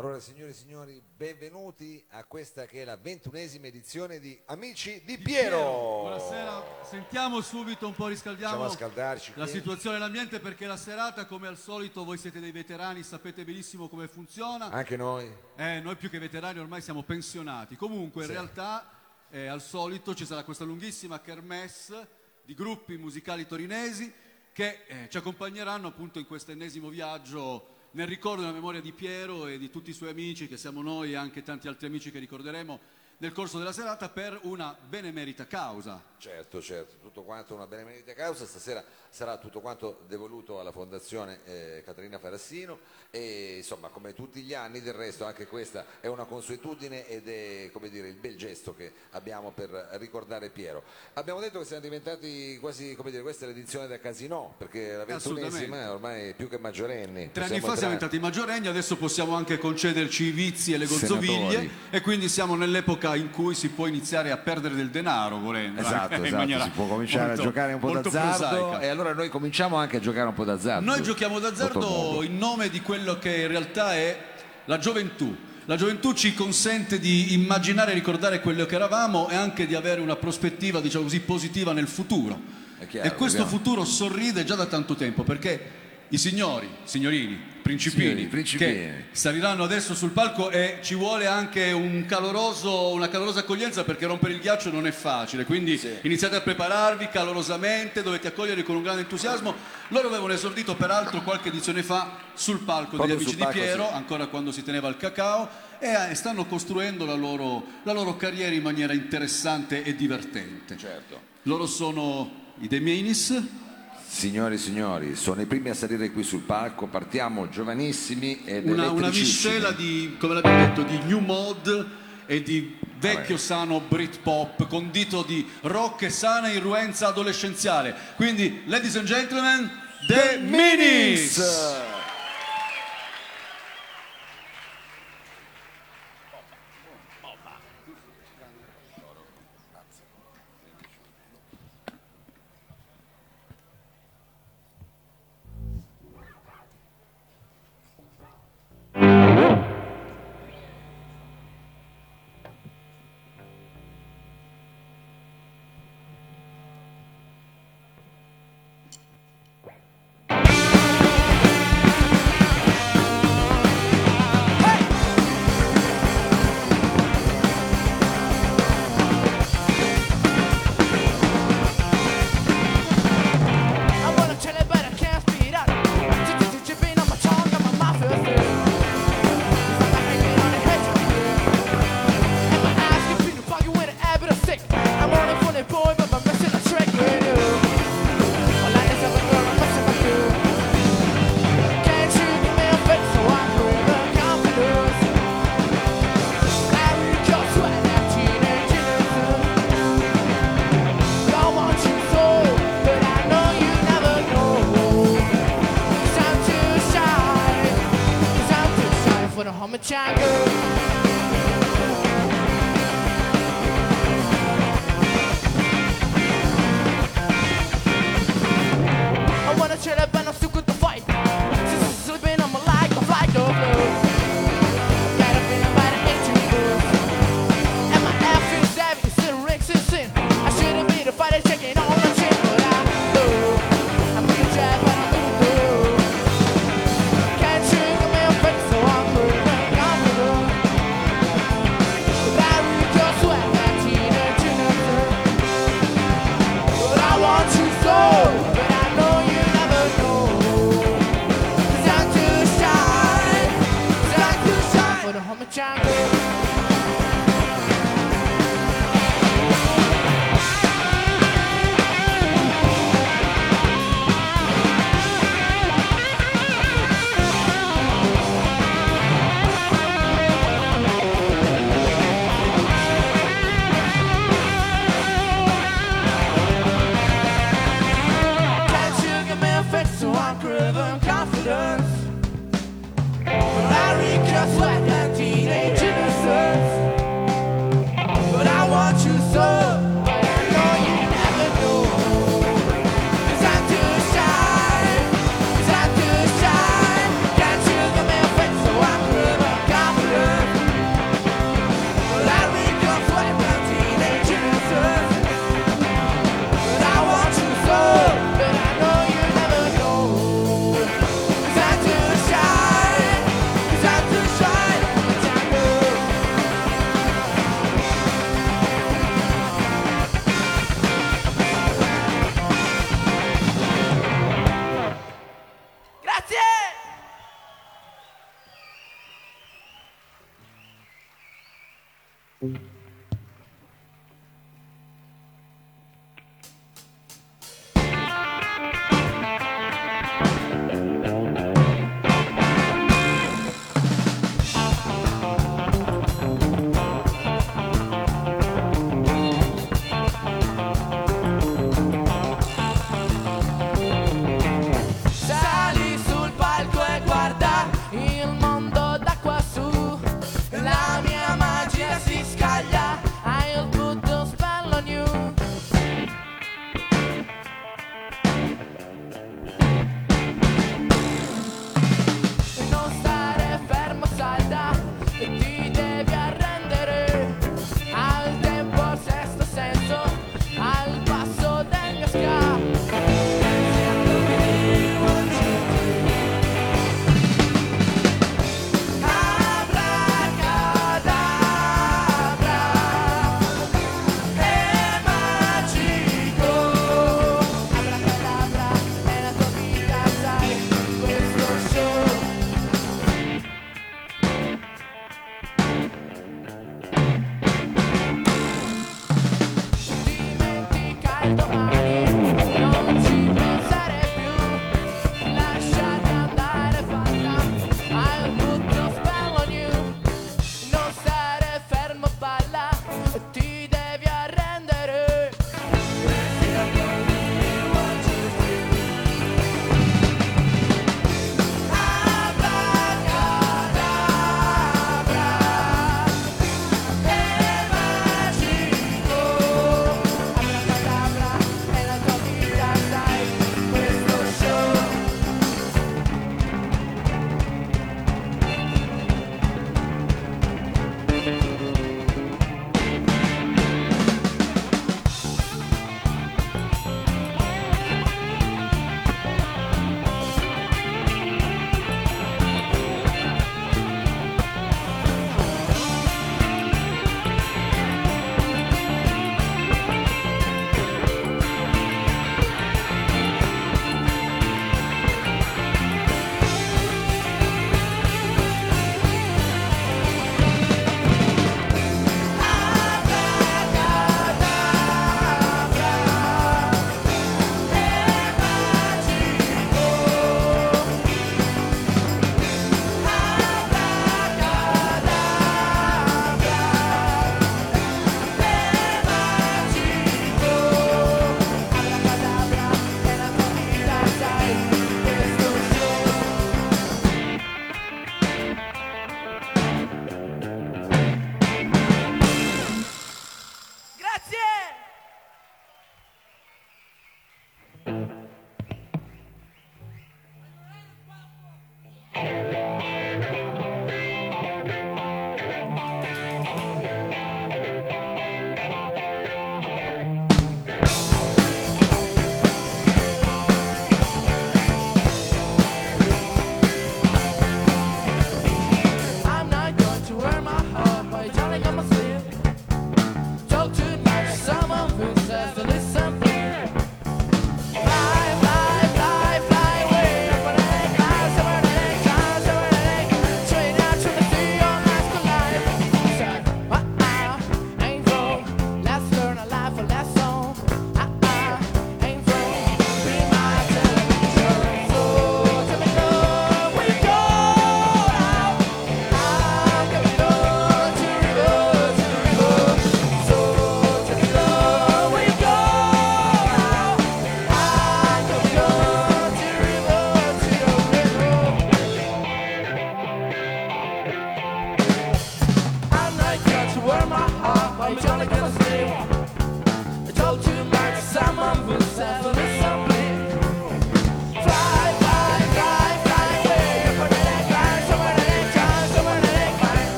Allora, signore e signori, benvenuti a questa che è la 21esima edizione di Amici di Piero. Buonasera, sentiamo subito un po', riscaldiamo Facciamo a scaldarci la qui. situazione dell'ambiente, perché la serata, come al solito, voi siete dei veterani, sapete benissimo come funziona. Anche noi. Noi più che veterani ormai siamo pensionati. Comunque, in realtà, al solito ci sarà questa lunghissima kermesse di gruppi musicali torinesi che ci accompagneranno appunto in questo ennesimo viaggio nel ricordo e nella memoria di Piero e di tutti i suoi amici, che siamo noi e anche tanti altri amici che ricorderemo nel corso della serata, per una benemerita causa. Certo, tutto quanto una benemerita causa. Stasera sarà tutto quanto devoluto alla Fondazione Caterina Farassino e insomma, come tutti gli anni, del resto anche questa è una consuetudine ed è, come dire, il bel gesto che abbiamo per ricordare Piero. Abbiamo detto che siamo diventati quasi, come dire, questa è l'edizione da casino, perché la 21esima è ormai più che maggiorenni. 3 anni fa siamo diventati maggiorenni, adesso possiamo anche concederci i vizi e le gozzoviglie, e quindi siamo nell'epoca in cui si può iniziare a perdere del denaro volendo. Esatto, si può cominciare a giocare un po' d'azzardo, e allora noi cominciamo anche a giocare un po' d'azzardo. Noi giochiamo d'azzardo in nome di quello che in realtà è la gioventù. La gioventù ci consente di immaginare e ricordare quello che eravamo e anche di avere una prospettiva, diciamo così, positiva nel futuro. Chiaro, e questo futuro sorride già da tanto tempo, perché i signorini, principini, che saliranno adesso sul palco, e ci vuole anche una calorosa accoglienza, perché rompere il ghiaccio non è facile, quindi iniziate a prepararvi calorosamente, dovete accoglierli con un grande entusiasmo. Loro avevano esordito peraltro qualche edizione fa sul palco degli Amici di Piero, ancora quando si teneva il cacao, e stanno costruendo la loro carriera in maniera interessante e divertente. Certo. Loro sono i The Minis. Signori e signori, sono i primi a salire qui sul palco, partiamo giovanissimi ed una miscela di, come l'abbiamo detto, di new mod e di vecchio sano Britpop, condito di rock e sana irruenza adolescenziale. Quindi, ladies and gentlemen, The Minis! Sali sul palco e guarda il mondo da quassù. La mia magia si scaglia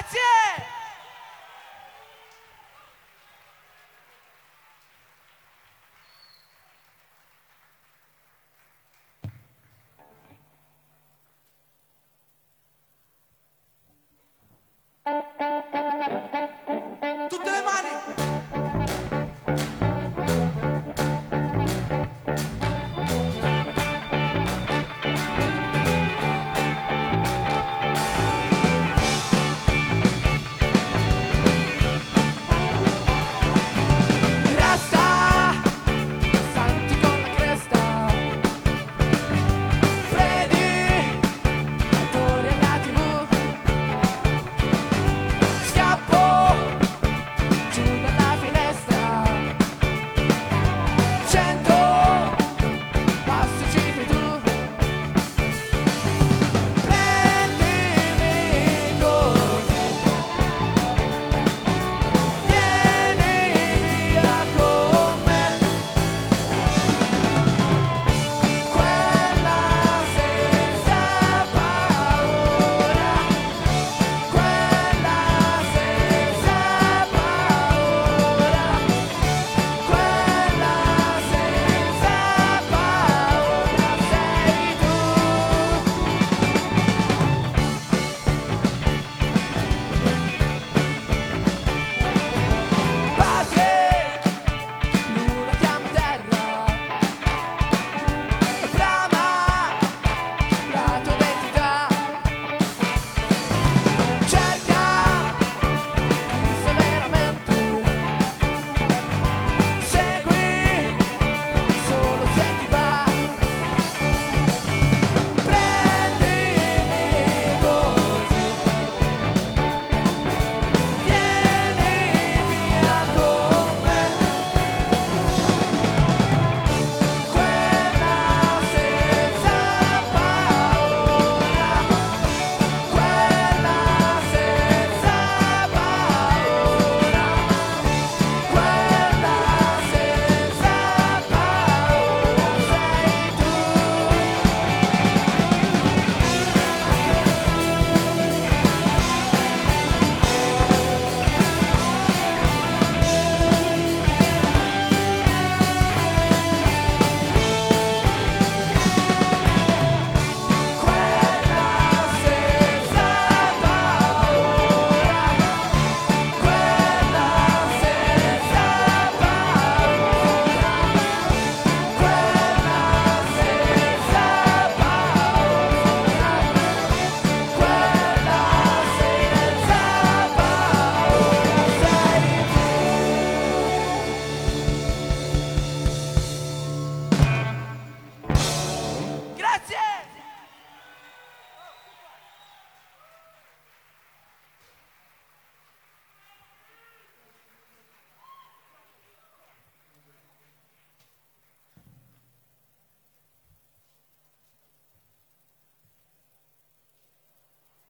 Grazie!